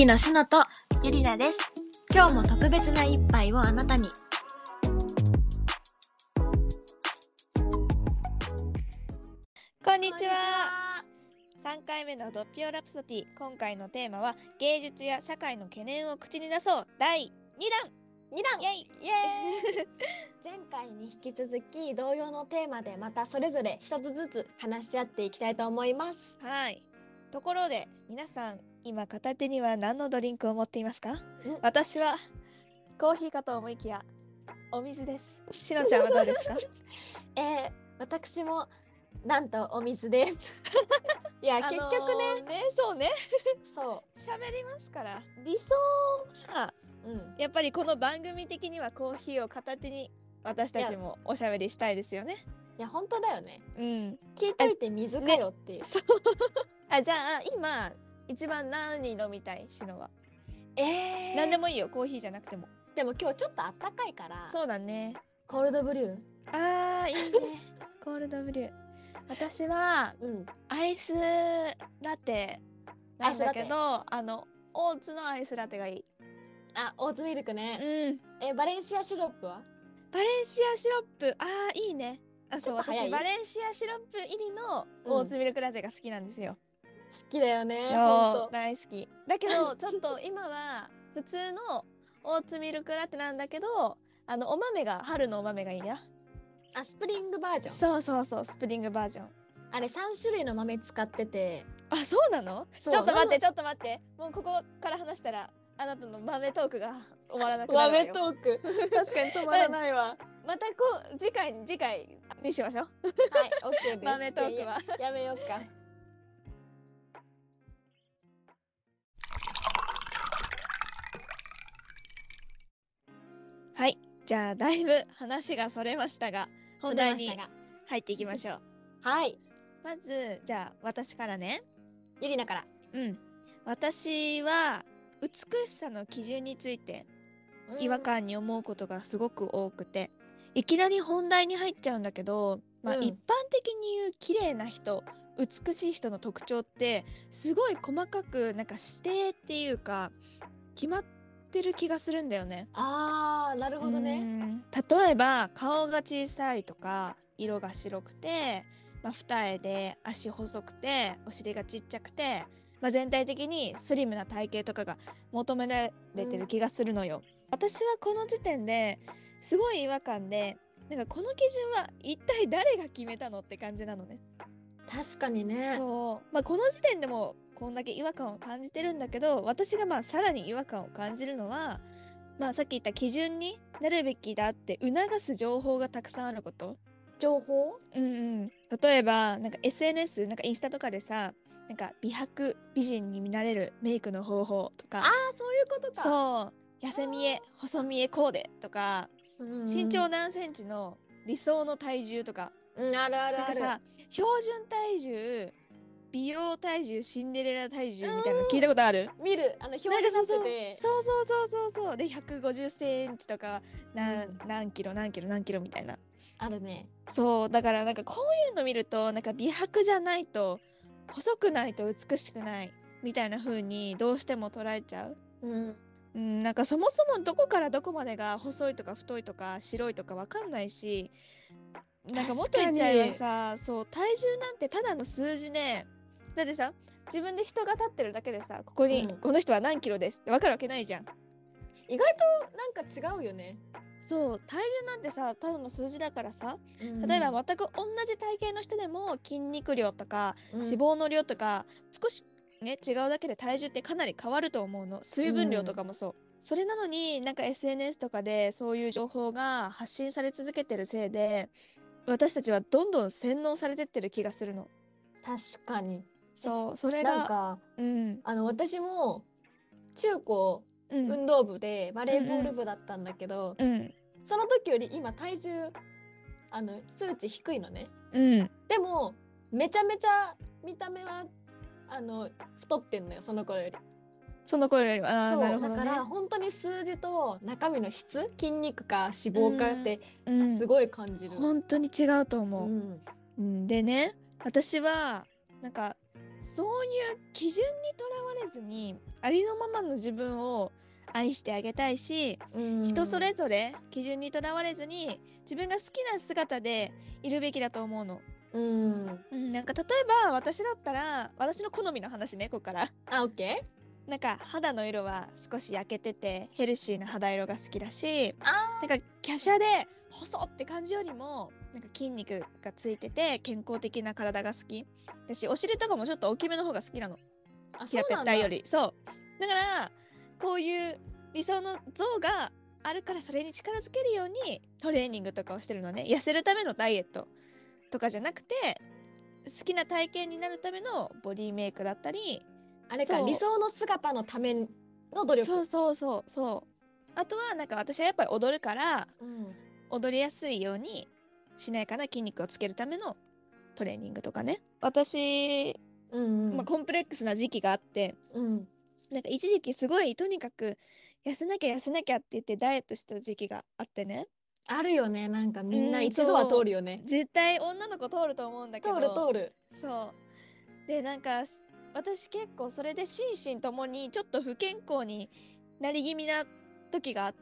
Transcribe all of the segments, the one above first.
キのしのとゆりなです。 今日も特別な一杯をあなたに。 こんにちは。3回目のドッピオラプソディ。今回のテーマは芸術や社会の懸念を口に出そう第2弾。 イエイイエーイ前回に引き続き同様のテーマでまたそれぞれ一つずつ話し合っていきたいと思います。 はい。ところで皆さん今片手には何のドリンクを持っていますか？私はコーヒーかと思いきやお水です。しのちゃんはどうですか？ 私もなんとお水ですいや、結局ね、 そうねそ喋りますから。理想はやっぱりこの番組的にはコーヒーを片手に私たちもおしゃべりしたいですよね。 いや本当だよね。聞いといて水かよっていう、 そうじゃあ今一番何飲みたい？しのは何でもいいよ、コーヒーじゃなくても。 でも今日ちょっとあったかいからそうだね、 コールドブリュー。 いいねコールドブリュー。私はアイスラテなんだけど、オーツのアイスラテがいい。 オーツミルクね。バレンシアシロップは？ バレンシアシロップいいね。そう、私バレンシアシロップ入りのオーツミルクラテが好きなんですよ。 好きだよね。 そう大好きだけどちょっと今は普通のオーツミルクラテなんだけど、お豆が春のお豆がいいや。 スプリングバージョそうン。 スプリングバージョン。 あれ3種類の豆使ってて。 そうなの？ちょっと待ってもうここから話したらあなたの豆トークが終わらなくなるわよ。 豆トーク確かに止まらないわまた次回にしましょう。 はい、OK です。 豆トークはやめようか。 はい、じゃあだいぶ話がそれましたが本題に入っていきましょう。 はい、 まずじゃあ私からね。 ゆりなから。 私は美しさの基準について違和感に思うことがすごく多くて、いきなり本題に入っちゃうんだけど、一般的に言う綺麗な人、美しい人の特徴ってすごい細かくなんか指定っていうか決まってる気がするんだよね。 なるほどね。 例えば顔が小さいとか色が白くて、二重で足細くてお尻がちっちゃくて、全体的にスリムな体型とかが求められてる気がするのよ。私はこの時点ですごい違和感で、なんかこの基準は一体誰が決めたのって感じなのね。 確かにね。 そう、この時点でもこんだけ違和感を感じてるんだけど、私がさらに違和感を感じるのは、さっき言った基準になるべきだって促す情報がたくさんあること。 情報？ 例えばなんか SNS なんかインスタとかでさ、なんか美白美人になれるメイクの方法とか、 そういうことか。 そう痩せ見え細見えコーデとか、身長何センチの理想の体重とか、 あるなんかさ、標準体重、美容体重、シンデレラ体重みたいなの聞いたことある？ 見る、表になってて、 そうで150センチとか何キロみたいなあるね。 そうだからなんかこういうの見ると、なんか美白じゃないと細くないと美しくないみたいな風にどうしても捉えちゃう。なんかそもそもどこからどこまでが細いとか太いとか白いとかわかんないし、なんかもっと言っちゃえばさ、そう体重なんてただの数字で、だってさ自分で人が立ってるだけでさ、ここに、この人は何キロですってわかるわけないじゃん。 意外となんか違うよね。 そう体重なんてさただの数字だからさ、例えば全く同じ体型の人でも筋肉量とか脂肪の量とか少しね違うだけで体重ってかなり変わると思うの。水分量とかもそう、それなのになんか SNS とかでそういう情報が発信され続けてるせいで、私たちはどんどん洗脳されてってる気がするの。 確かに。 そうそれがなんか、私も中高運動部でバレーボール部だったんだけど、その時より今体重数値低いのね。でもめちゃめちゃ見た目は太ってんのよ、その頃より。 なるほどね。 だから本当に数字と中身の質、筋肉か脂肪かってすごい感じる。 本当に違うと思う。でね、私はなんかそういう基準にとらわれずにありのままの自分を愛してあげたいし、人それぞれ基準にとらわれずに自分が好きな姿でいるべきだと思うの。なんか例えば私だったら、私の好みの話ね、ここから。 オッケー。なんか肌の色は少し焼けててヘルシーな肌色が好きだし、なんか華奢で細って感じよりもなんか筋肉がついてて健康的な体が好きだし、お尻とかもちょっと大きめの方が好きなの。平べったいより。そうだからこういう理想の像があるから、それに力づけるようにトレーニングとかをしてるのね。痩せるためのダイエットとかじゃなくて、好きな体型になるためのボディメイクだったり、 あれか、理想の姿のための努力。 そうあとはなんか私はやっぱり踊るから、踊りやすいようにしなやかな筋肉をつけるためのトレーニングとかね。私、コンプレックスな時期があって、なんか一時期すごいとにかく痩せなきゃって言ってダイエットしてた時期があってね。 あるよね、なんかみんな一度は通るよね。 絶対女の子通ると思うんだけど。 通る。 そうで、なんか私結構それで心身ともにちょっと不健康になり気味な時があって。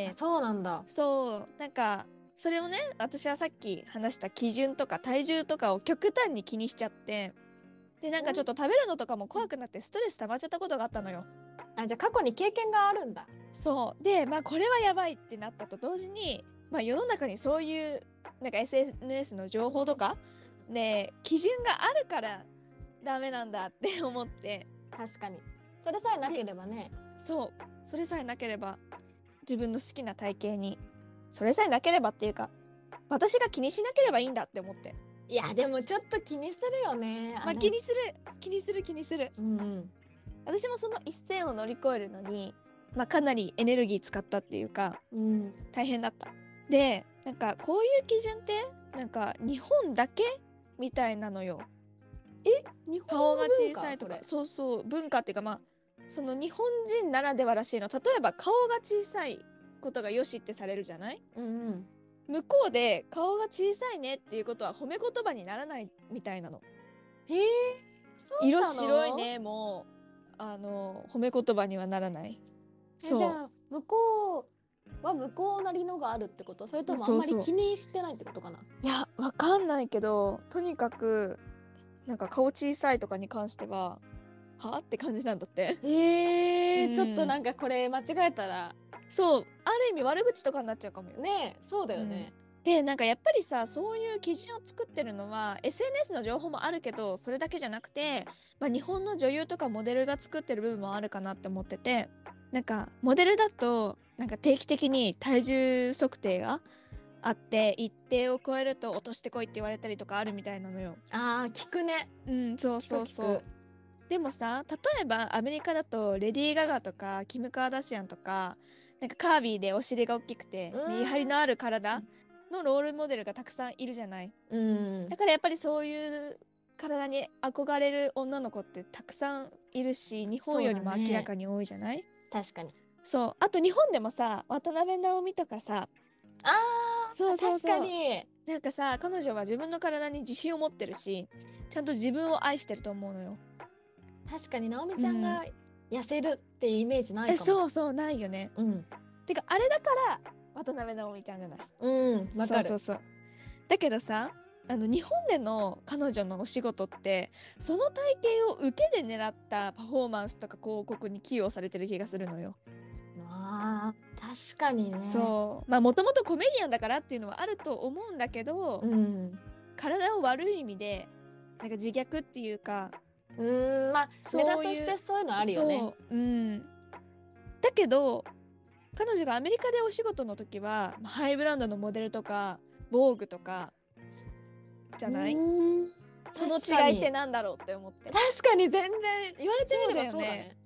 そうなんだ。 そうなんかそれをね、私はさっき話した基準とか体重とかを極端に気にしちゃって、でなんかちょっと食べるのとかも怖くなってストレス溜まっちゃったことがあったのよ。 じゃあ過去に経験があるんだ。 そうで、これはやばいってなったと同時に、世の中にそういうなんか SNS の情報とかね、基準があるからダメなんだって思って。 確かにそれさえなければね。 そうそれさえなければ、自分の好きな体型に、それさえなければっていうか、私が気にしなければいいんだって思って。 いやでもちょっと気にするよね。 気にする、私もその一線を乗り越えるのに、かなりエネルギー使ったっていうか、大変だった。でなんかこういう基準ってなんか日本だけみたいなのよ。 日本顔が小さいとか、そう文化っていうか、その日本人ならではらしいの。例えば顔が小さいことがよしってされるじゃない。向こうで顔が小さいねっていうことは褒め言葉にならないみたいなの。 そうなの？ 色白いねも褒め言葉にはならない。 じゃあ向こうは向こうなりのがあるってこと？それともあんまり気にしてないってことかな？ いやわかんないけど、とにかくなんか顔小さいとかに関してははって感じなんだって。 ちょっとなんかこれ間違えたら、 そうある意味悪口とかになっちゃうかもよね。そうだよね。 でなんかやっぱりさ、そういう基準を作ってるのは SNS の情報もあるけど、それだけじゃなくて、日本の女優とかモデルが作ってる部分もあるかなって思ってて、なんかモデルだとなんか定期的に体重測定があって、一定を超えると落としてこいって言われたりとかあるみたいなのよ。 聞くね。 そうでもさ、例えばアメリカだとレディー・ガガとかキム・カーダシアンとか、なんかカービィでお尻が大きくてメリハリのある体のロールモデルがたくさんいるじゃない。だからやっぱりそういう体に憧れる女の子ってたくさんいるし、日本よりも明らかに多いじゃない。 確かに。 そうあと日本でもさ、渡辺直美とかさ、 確かになんかさ、彼女は自分の体に自信を持ってるし、ちゃんと自分を愛してると思うのよ。 確かに直美ちゃんが痩せるっていうイメージないかも。 そうないよね。てかあれだから渡辺直美ちゃんじゃない。 わかる。 だけどさ、日本での彼女のお仕事ってその体型を受けで狙ったパフォーマンスとか広告に起用されてる気がするのよ。 確かにね。 そうもともとコメディアンだからっていうのはあると思うんだけど、体を悪い意味でなんか自虐っていうか、 ネタとしてそういうのあるよね。 だけど彼女がアメリカでお仕事の時はハイブランドのモデルとかボーグとかじゃない。この違いってなんだろうって思って。 確かに全然言われてみればそうだね。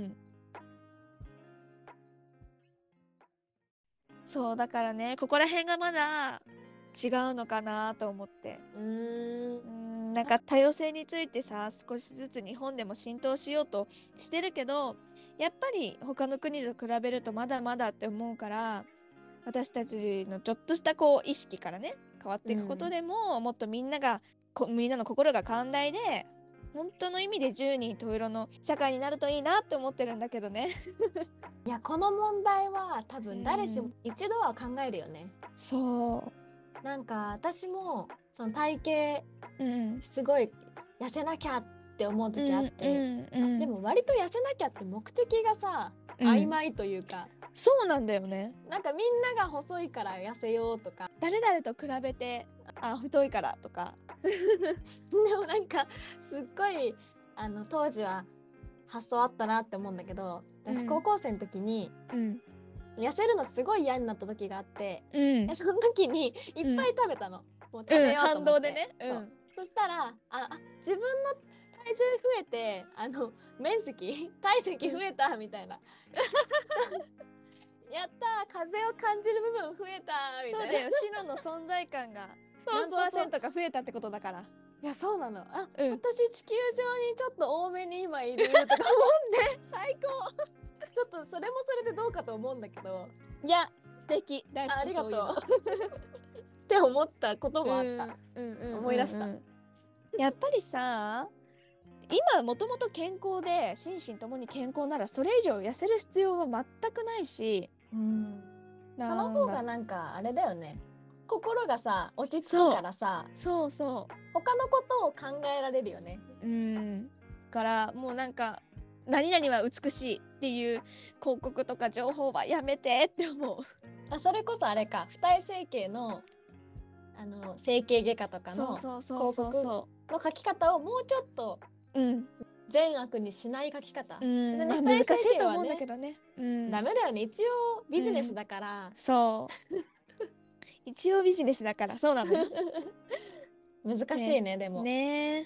そうだからね、ここら辺がまだ違うのかなと思って。なんか多様性についてさ、少しずつ日本でも浸透しようとしてるけど、やっぱり他の国と比べるとまだまだって思うから、私たちのちょっとした意識からね変わっていくことでも、もっとみんなの心が寛大で本当の意味で十人十色の社会になるといいなって思ってるんだけどね。 いやこの問題は多分誰しも一度は考えるよね。 そうなんか私もその体型すごい痩せなきゃって思う時あって、でも割と痩せなきゃって目的がさ曖昧というか、 そうなんだよね。 なんかみんなが細いから痩せようとか、 誰々と比べて太いからとかでもなんかすっごい当時は発想あったなって思うんだけど、私高校生の時に、痩せるのすごい嫌になった時があって、その時にいっぱい食べたの、もう食べようと思って、 反動でね、 そしたら自分の体重増えて体積増えたみたいな、やったー、風を感じる部分増えたみたいな。 そうだよ、シノの存在感が何%か増えたってことだから。 いやそうなの。私地球上にちょっと多めに今いるとか思って最高ちょっとそれもそれでどうかと思うんだけど、 いや素敵、大好き、 ありがとうって思ったこともあった。思い出した。 やっぱりさ、今もともと健康で心身ともに健康ならそれ以上痩せる必要は全くないし、 その方がなんかあれだよね、心がさ落ち着くからさ、 そう他のことを考えられるよね。 からもうなんか何々は美しいっていう広告とか情報はやめてって思う。 それこそあれか、二重整形の整形外科とかの広告の書き方をもうちょっと善悪にしない書き方、 難しいと思うんだけどね。 ダメだよね、一応ビジネスだから。 そう一応ビジネスだからそうなのよ難しいね、でもね。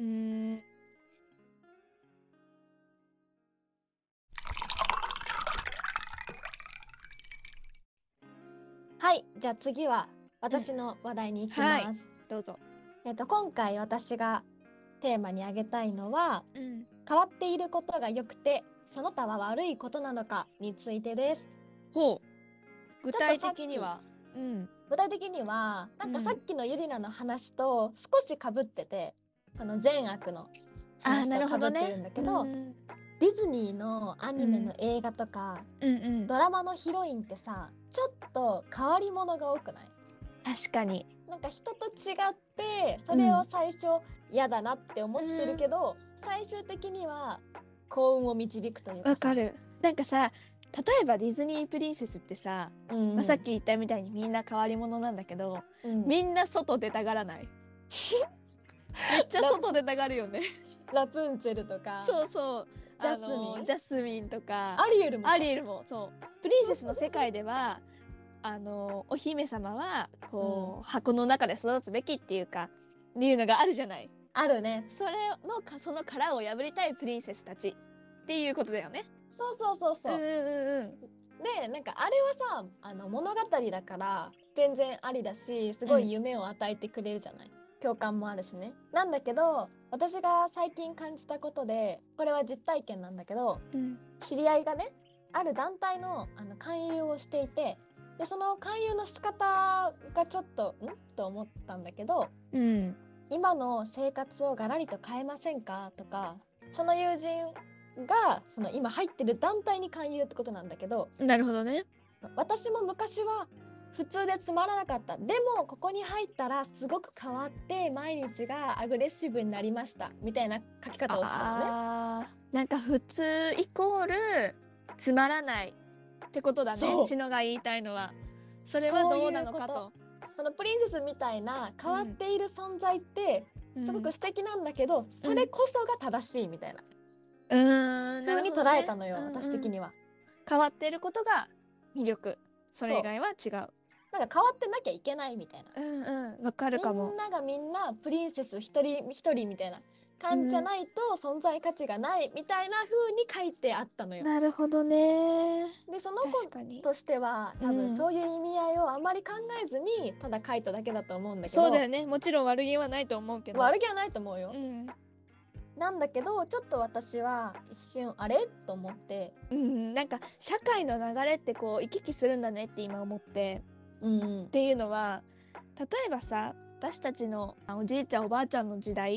はい、じゃあ次は私の話題に行きます。 どうぞ。 今回私がテーマに挙げたいのは、変わっていることが良くてその他は悪いことなのかについてです。 具体的にはなんかさっきのゆりなの話と少し被ってて、その善悪の話と被ってるんだけど、ディズニーのアニメの映画とか、ドラマのヒロインってさ、ちょっと変わり者が多くない？ 確かに。 なんか人と違ってそれを最初嫌だなって思ってるけど、最終的には幸運を導くというか。 わかる。なんかさ、例えばディズニープリンセスってさ、さっき言ったみたいにみんな変わり者なんだけど、みんな外出たがらない？めっちゃ外出たがるよねラプンツェルとか、 そうジャスミンとかアリエルもそうプリンセスの世界ではお姫様はこう、箱の中で育つべきっていうかっていうのがあるじゃない。 あるね。 その殻を破りたいプリンセスたちっていうことだよね。 そうで、なんかあれはさ物語だから全然ありだし、すごい夢を与えてくれるじゃない、共感もあるしね。なんだけど私が最近感じたことで、これは実体験なんだけど、知り合いがねある団体の勧誘をしていて、でその勧誘の仕方がちょっとと思ったんだけど、今の生活をガラリと変えませんかとか、その友人がその今入ってる団体に勧誘ってことなんだけど。 なるほどね。 私も昔は普通でつまらなかった。でもここに入ったらすごく変わって毎日がアグレッシブになりましたみたいな書き方をしたのね。 なんか普通イコールつまらないってことだね。シノが言いたいのはそれはどうなのかと。 そのプリンセスみたいな変わっている存在ってすごく素敵なんだけど、それこそが正しいみたいな風に捉えたのよ、私的には。 変わっていることが魅力、それ以外は違う。 なんか変わってなきゃいけないみたいな。 わかるかも。 みんながみんなプリンセス一人一人みたいな感じじゃないと存在価値がないみたいな風に書いてあったのよ。 なるほどね。 でその子としては多分そういう意味合いをあまり考えずにただ書いただけだと思うんだけど。 そうだよね、もちろん悪気はないと思うけど。 悪気はないと思うよ。なんだけどちょっと私は一瞬あれと思って、 なんか社会の流れってこう行き来するんだねって今思って、っていうのは例えばさ、私たちのおじいちゃんおばあちゃんの時代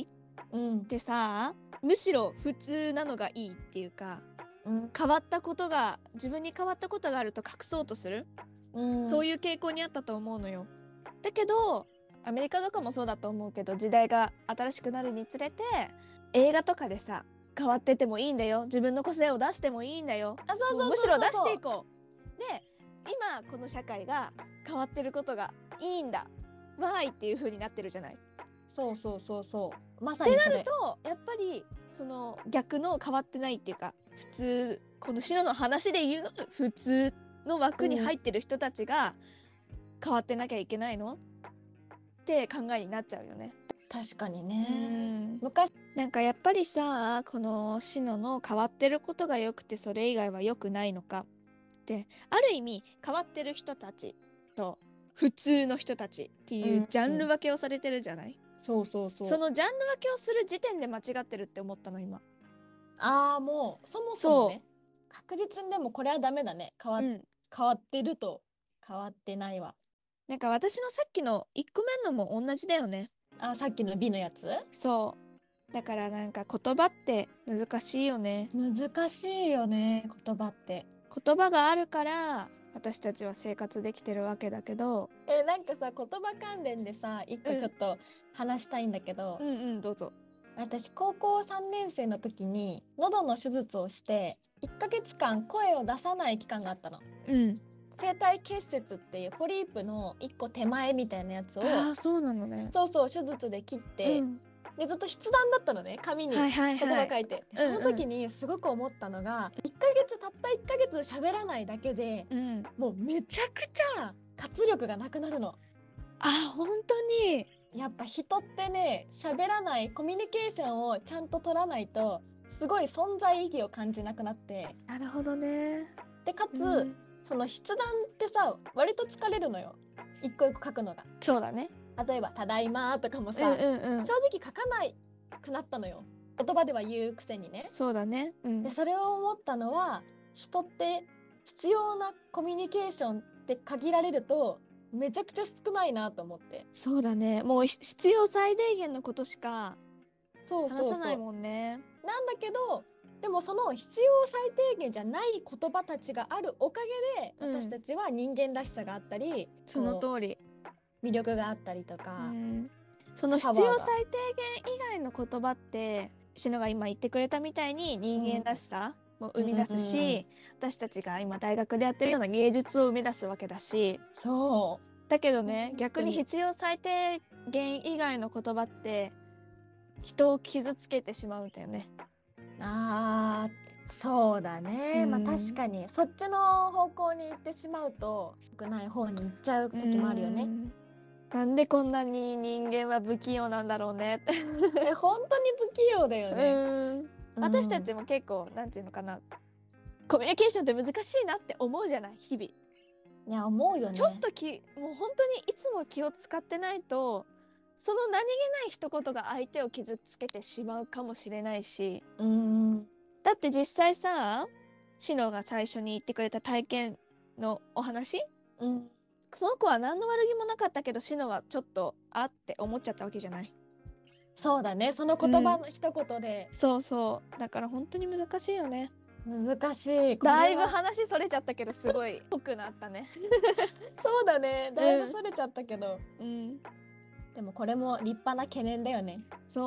でさ、むしろ普通なのがいいっていうか、変わったことが自分に変わったことがあると隠そうとする、そういう傾向にあったと思うのよ。だけどアメリカとかもそうだと思うけど、時代が新しくなるにつれて映画とかでさ、変わっててもいいんだよ、自分の個性を出してもいいんだよ、むしろ出していこう、で今この社会が変わってることがいいんだわーいっていう風になってるじゃない。 そうまさにそれ。 ってなるとやっぱりその逆の変わってないっていうか、普通、この白の話で言う普通の枠に入ってる人たちが変わってなきゃいけないのって考えになっちゃうよね。 確かにね。昔なんかやっぱりさ、このシノの変わってることが良くてそれ以外は良くないのかで、ある意味変わってる人たちと普通の人たちっていうジャンル分けをされてるじゃない。そのジャンル分けをする時点で間違ってるって思ったの今。 もうそもそもね、確実にでもこれはダメだね。変わってると変わってないわ。 なんか私のさっきの1個目のも同じだよね。 さっきの美のやつ。 そうだからなんか言葉って難しいよね。 難しいよね、言葉って。 言葉があるから私たちは生活できてるわけだけど、 なんかさ、言葉関連でさ一個ちょっと話したいんだけど、 どうぞ。 私高校3年生の時に喉の手術をして1ヶ月間声を出さない期間があったの。声帯結節っていうポリープの1個手前みたいなやつをそうなのね。 手術で切って、でずっと筆談だったのね、紙に言葉書いて、その時にすごく思ったのが、たった1ヶ月喋らないだけで、もうめちゃくちゃ活力がなくなるの。 本当にやっぱ人ってね、喋らない、コミュニケーションをちゃんと取らないとすごい存在意義を感じなくなって。 なるほどね。 でかつ、その筆談ってさ割と疲れるのよ、一個一個書くのが。 そうだね。 例えばただいまとかもさ、正直書かないくなったのよ、言葉では言うくせにね。 そうだね。 でそれを思ったのは、人って必要なコミュニケーションって限られるとめちゃくちゃ少ないなと思って。 そうだね、もう必要最低限のことしか話さないもんね。 なんだけど、でもその必要最低限じゃない言葉たちがあるおかげで、私たちは人間らしさがあったり、 その通り魅力があったりとか、 その必要最低限以外の言葉ってシノが今言ってくれたみたいに人間らしさも生み出すし、私たちが今大学でやってるような芸術を生み出すわけだし。だけどね、逆に必要最低限以外の言葉って人を傷つけてしまうんだよね。 そうだね、確かにそっちの方向に行ってしまうと少ない方に行っちゃう時もあるよね。 なんでこんなに人間は不器用なんだろうねって本当に不器用だよね。 私たちも結構なんていうのかな、コミュニケーションって難しいなって思うじゃない、日々。 いや思うよね。 ちょっともう本当にいつも気を使ってないと、その何気ない一言が相手を傷つけてしまうかもしれないし。だって実際さ、シノが最初に言ってくれた体験のお話、その子は何の悪気もなかったけど、シノはちょっとって思っちゃったわけじゃない。 そうだね、その言葉の一言で、 そうだから本当に難しいよね。 難しい。 だいぶ話それちゃったけどすごい濃くなったねそうだね、だいぶそれちゃったけど、でもこれも立派な懸念だよね。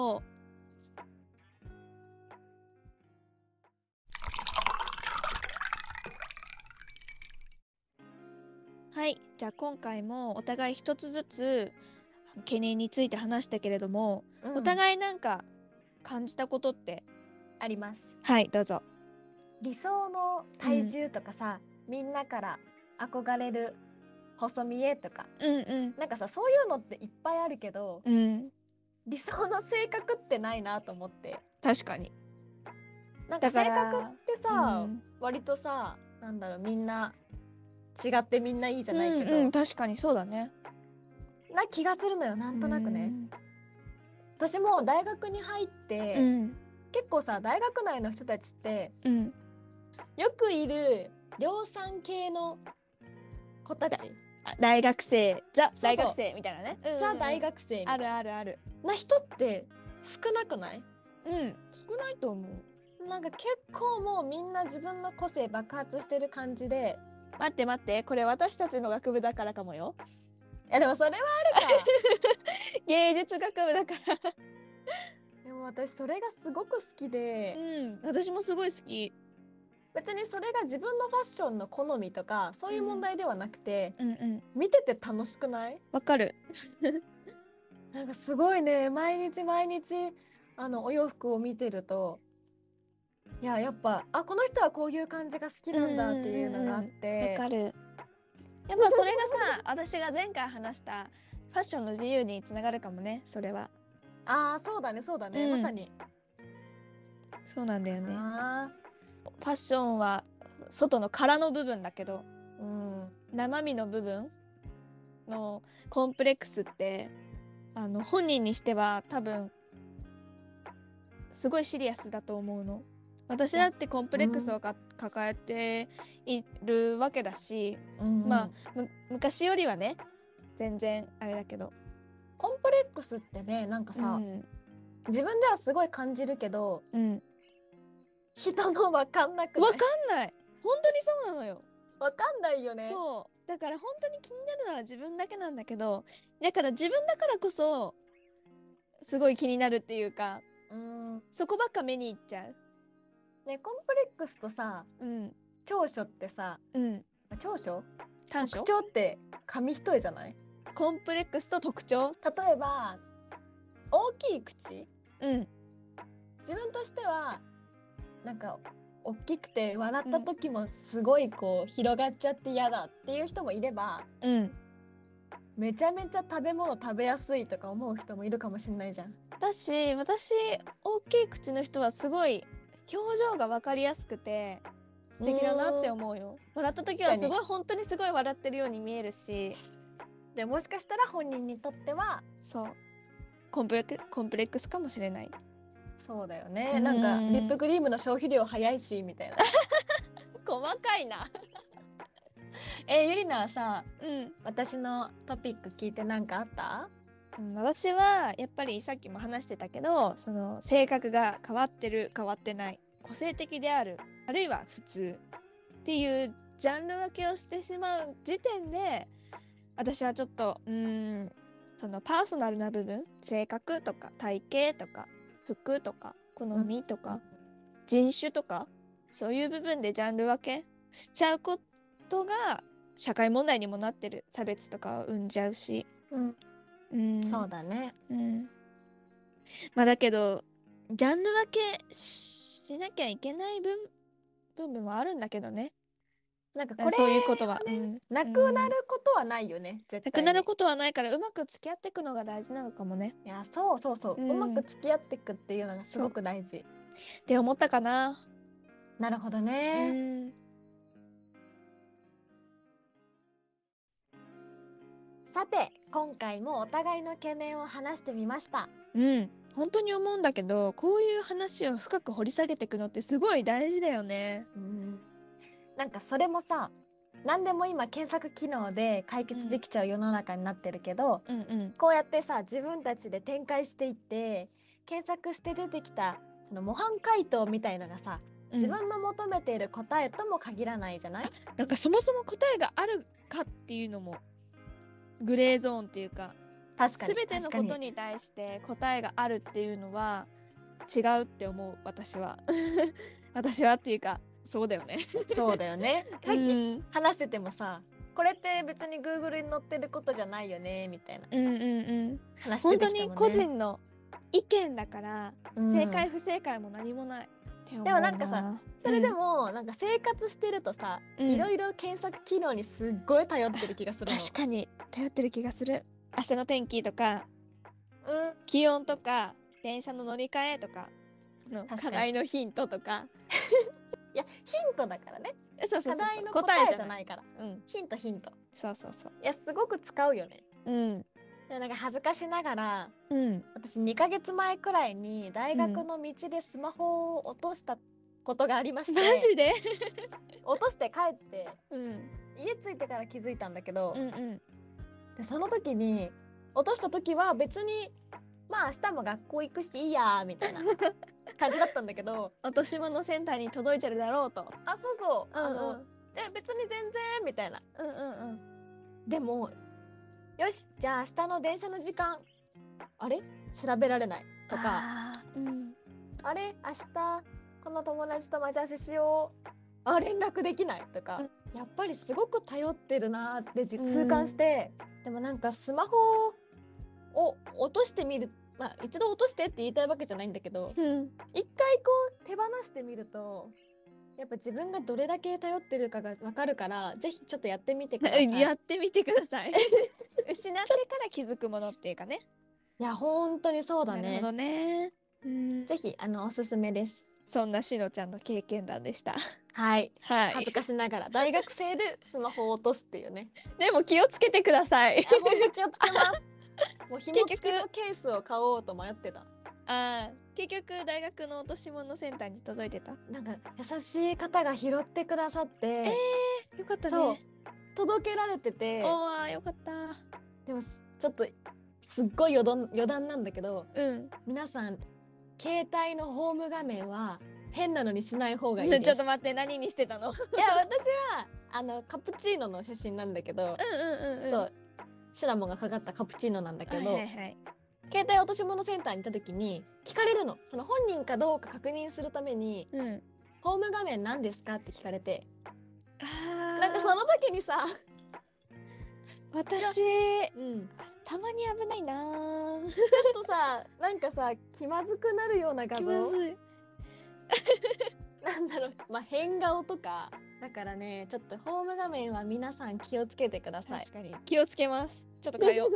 はい、じゃあ今回もお互い一つずつ懸念について話したけれども、お互いなんか感じたことってあります？ はい、どうぞ。 理想の体重とかさ、みんなから憧れる細見えとか、なんかさ、そういうのっていっぱいあるけど、理想の性格ってないなと思って。 確かに。 なんか性格ってさ、割とさ、なんだろう、みんな違ってみんないいじゃないけど、 確かにそうだね。 な気がするのよ、なんとなくね。私も大学に入って、結構さ、大学内の人たちって、よくいる量産系の子たち、 大学生、ザ大学生みたいなね、 ザ大学生あるあるあるな人って少なくない？ 少ないと思う。なんか結構もうみんな自分の個性爆発してる感じで。 待ってこれ私たちの学部だからかもよ。 いやでもそれはあるか。 芸術学部だからでも私それがすごく好きで、 私もすごい好き。 別にそれが自分のファッションの好みとかそういう問題ではなくて、見てて楽しくない？ わかるなんかすごいね、毎日お洋服を見てると、いややっぱこの人はこういう感じが好きなんだっていうのがあって、 わかる。やっぱそれがさ私が前回話したファッションの自由につながるかもね。それはそうだね、まさにそうなんだよね。ファッションは外の殻の部分だけど、生身の部分のコンプレックスって本人にしては多分すごいシリアスだと思うの。私だってコンプレックスを抱えているわけだし、まあ昔よりはね全然あれだけど、 コンプレックスってね、なんかさ、自分ではすごい感じるけど、人の分かんなくない？ 分かんない。本当にそうなのよ。 分かんないよね。 そうだから本当に気になるのは自分だけなんだけど、だから自分だからこそすごい気になるっていうか、そこばっか目にいっちゃう。 ね、コンプレックスとさ、長所ってさ、長所？短所？特徴って紙一重じゃない？ コンプレックスと特徴。 例えば大きい口、自分としてはなんか大きくて笑った時もすごいこう広がっちゃって嫌だっていう人もいれば、めちゃめちゃ食べ物食べやすいとか思う人もいるかもしれないじゃん。 私大きい口の人はすごい表情が分かりやすくて素敵だなって思うよ。笑った時はすごい本当にすごい笑ってるように見えるし、 でもしかしたら本人にとってはそうコンプレックスかもしれない。 そうだよね。なんかリップクリームの消費量早いしみたいな細かいなゆりなはさ、私のトピック聞いて何かあった？ 私はやっぱりさっきも話してたけど、その性格が変わってる変わってない、個性的であるあるいは普通っていうジャンル分けをしてしまう時点で、私はちょっとそのパーソナルな部分、性格とか体型とか服とか好みとか人種とかそういう部分でジャンル分けしちゃうことが社会問題にもなってる。差別とかを生んじゃうし、 そうだね。 まあだけどジャンル分けしなきゃいけない部分もあるんだけどね。 なんかこれ、 そういうことは、 なくなることはないよね、絶対に。 なくなることはないから、うまく付き合っていくのが大事なのかもね。 いや、そう、うまく付き合っていくっていうのがすごく大事って思ったかな。 なるほどね。さて今回もお互いの懸念を話してみました。 本当に思うんだけど、こういう話を深く掘り下げていくのってすごい大事だよね。 なんかそれもさ、何でも今検索機能で解決できちゃう世の中になってるけど、こうやってさ自分たちで展開していって検索して出てきたその模範解答みたいのがさ、自分の求めている答えとも限らないじゃない？ なんかそもそも答えがあるかっていうのもグレーゾーンっていうか、全てのことに対して答えがあるっていうのは違うって思う。私は私はっていうかそうだよねそうだよね。さっき話しててもさ、これって別に Google に載ってることじゃないよねみたいな話本当に個人の意見だから、正解不正解も何もないって思うな。 でもなんかさ、それでもなんか生活してるとさ、いろいろ検索機能にすっごい頼ってる気がするの。 確かに頼ってる気がする。明日の天気とか、気温とか電車の乗り換えとかの課題のヒントとかいやヒントだからね。 課題の答えじゃないから、ヒント。 そういやすごく使うよね。なんか恥ずかしながら、私2ヶ月前くらいに大学の道でスマホを落としたことがありまして、 マジで落として帰って、家着いてから気づいたんだけど、でその時に落とした時は別にまあ明日も学校行くしいいやみたいな感じだったんだけど落とし物センターに届いてるだろうと。 そうそう、別に全然みたいな、でもよしじゃあ明日の電車の時間あれ調べられないとか、あれ明日この友達と待ち合わせしよう連絡できないとか、やっぱりすごく頼ってるなって痛感して、でもなんかスマホを落としてみる、一度落としてって言いたいわけじゃないんだけど、一回こう手放してみるとやっぱ自分がどれだけ頼ってるかが分かるから、ぜひちょっとやってみてください。 やってみてください失ってから気づくものっていうかね。 いや本当にそうだね。 なるほどね。 ぜひおすすめです。 そんなしのちゃんの経験談でした。 はい、恥ずかしながら大学生でスマホを落とすっていうね。 でも気をつけてください。 本当気をつけます。もう紐付きのケースを買おうと迷ってた。 結局大学の落とし物センターに届いてた。 なんか優しい方が拾ってくださって、 よかったね。 そう届けられてて、 よかった。 でもちょっとすっごい余談なんだけど、皆さん携帯のホーム画面は変なのにしない方がいいです。 ちょっと待って、何にしてたの？ いや私はカプチーノの写真なんだけど、そうシナモンがかかったカプチーノなんだけど、携帯落とし物センターに行った時に聞かれるの。その本人かどうか確認するために、ホーム画面何ですかって聞かれて、なんかその時にさ私、たまに危ないな。ちょっとさなんかさ気まずくなるような画像。気まずいなんだろう、変顔とかだからね、ちょっとホーム画面は皆さん気をつけてください。 確かに気をつけます。ちょっと変えよう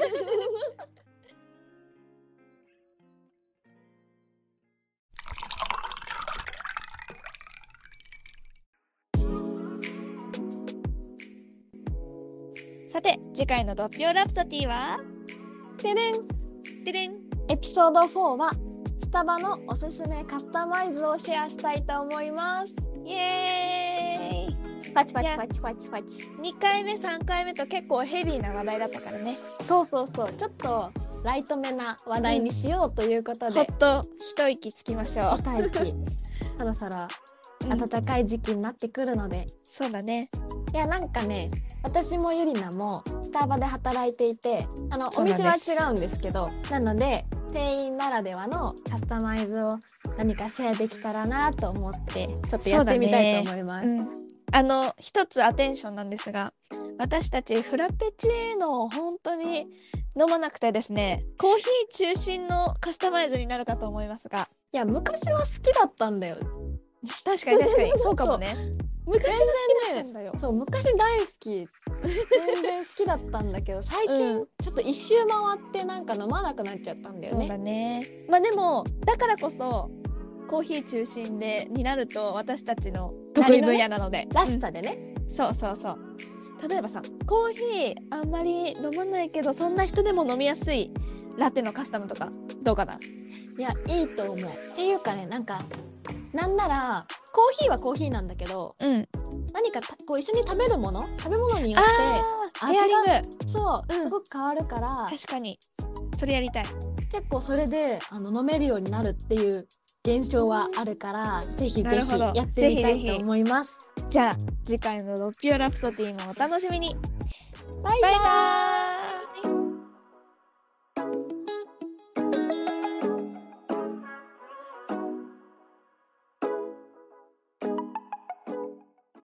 さて次回のドッピオラプソディはてれんエピソード4はスタバのおすすめカスタマイズをシェアしたいと思います。 イエーイ。 パチパチパチパチパチ。 2回目3回目と結構ヘビーな話題だったからね。 そうちょっとライトめな話題にしようということで、 ほっと一息つきましょう。 一息そろそろ暖かい時期になってくるので、 そうだね。 いやなんかね、私もゆりなもスタバで働いていて、お店は違うんですけど、なので店員ならではのカスタマイズを何かシェアできたらなと思ってちょっとやってみたいと思います。 一つアテンションなんですが、私たちフラペチーノを本当に飲まなくてですね、コーヒー中心のカスタマイズになるかと思いますが、 いや昔は好きだったんだよ。 確かにそうかもね。昔は好きだったんだよ。 そう昔大好き、全然好きだったんだけど最近ちょっと一周回ってなんか飲まなくなっちゃったんだよね。 そうだね。でもだからこそコーヒー中心になると私たちの得意分野なので、 らしさでね、 そう例えばさ、コーヒーあんまり飲まないけどそんな人でも飲みやすいラテのカスタムとかどうかな。 いやいいと思う。っていうかね、なんならコーヒーはコーヒーなんだけど、何かこう一緒に食べ物によって味がすごく変わるから、 確かにそれやりたい。結構それで飲めるようになるっていう現象はあるから、ぜひぜひやってみたいと思います。 じゃあ次回のドッピオラプソディもお楽しみに。 バイバイ。